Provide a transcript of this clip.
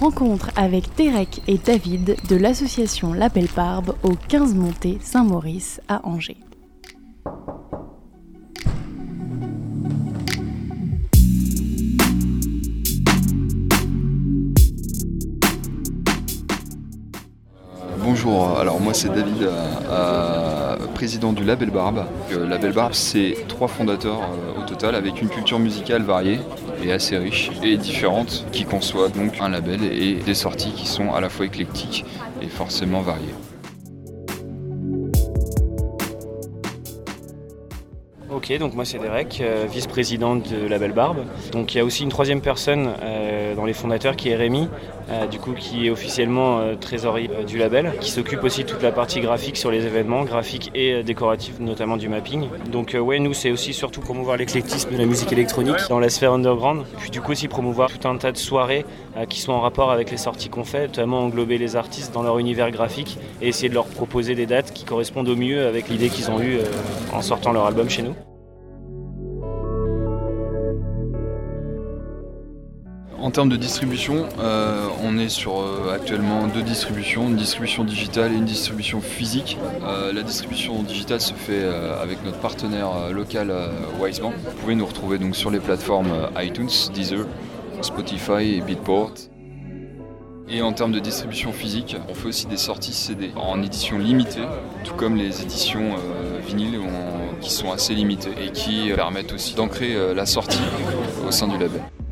Rencontre avec Derek et David de l'association Label Barbe au 15 Montée Saint-Maurice à Angers. Bonjour, alors moi c'est David, président du Label Barbe. Label Barbe, c'est 3 fondateurs au total avec une culture musicale variée et assez riche et différente qui conçoit donc un label et des sorties qui sont à la fois éclectiques et forcément variées. Ok, donc moi c'est Derek, vice-président de Label Barbe. Donc il y a aussi une troisième personne dans les fondateurs qui est Rémi, qui est officiellement trésorier du label, qui s'occupe aussi de toute la partie graphique sur les événements, graphiques et décoratifs, notamment du mapping. Donc nous c'est aussi surtout promouvoir l'éclectisme de la musique électronique dans la sphère underground, puis du coup aussi promouvoir tout un tas de soirées qui sont en rapport avec les sorties qu'on fait, notamment englober les artistes dans leur univers graphique et essayer de leur proposer des dates qui correspondent au mieux avec l'idée qu'ils ont eue en sortant leur album chez nous. En termes de distribution, on est sur actuellement 2 distributions, une distribution digitale et une distribution physique. La distribution digitale se fait avec notre partenaire local Wiseband. Vous pouvez nous retrouver donc sur les plateformes iTunes, Deezer, Spotify et Beatport. Et en termes de distribution physique, on fait aussi des sorties CD en édition limitée, tout comme les éditions vinyles qui sont assez limitées et qui permettent aussi d'ancrer la sortie au sein du label.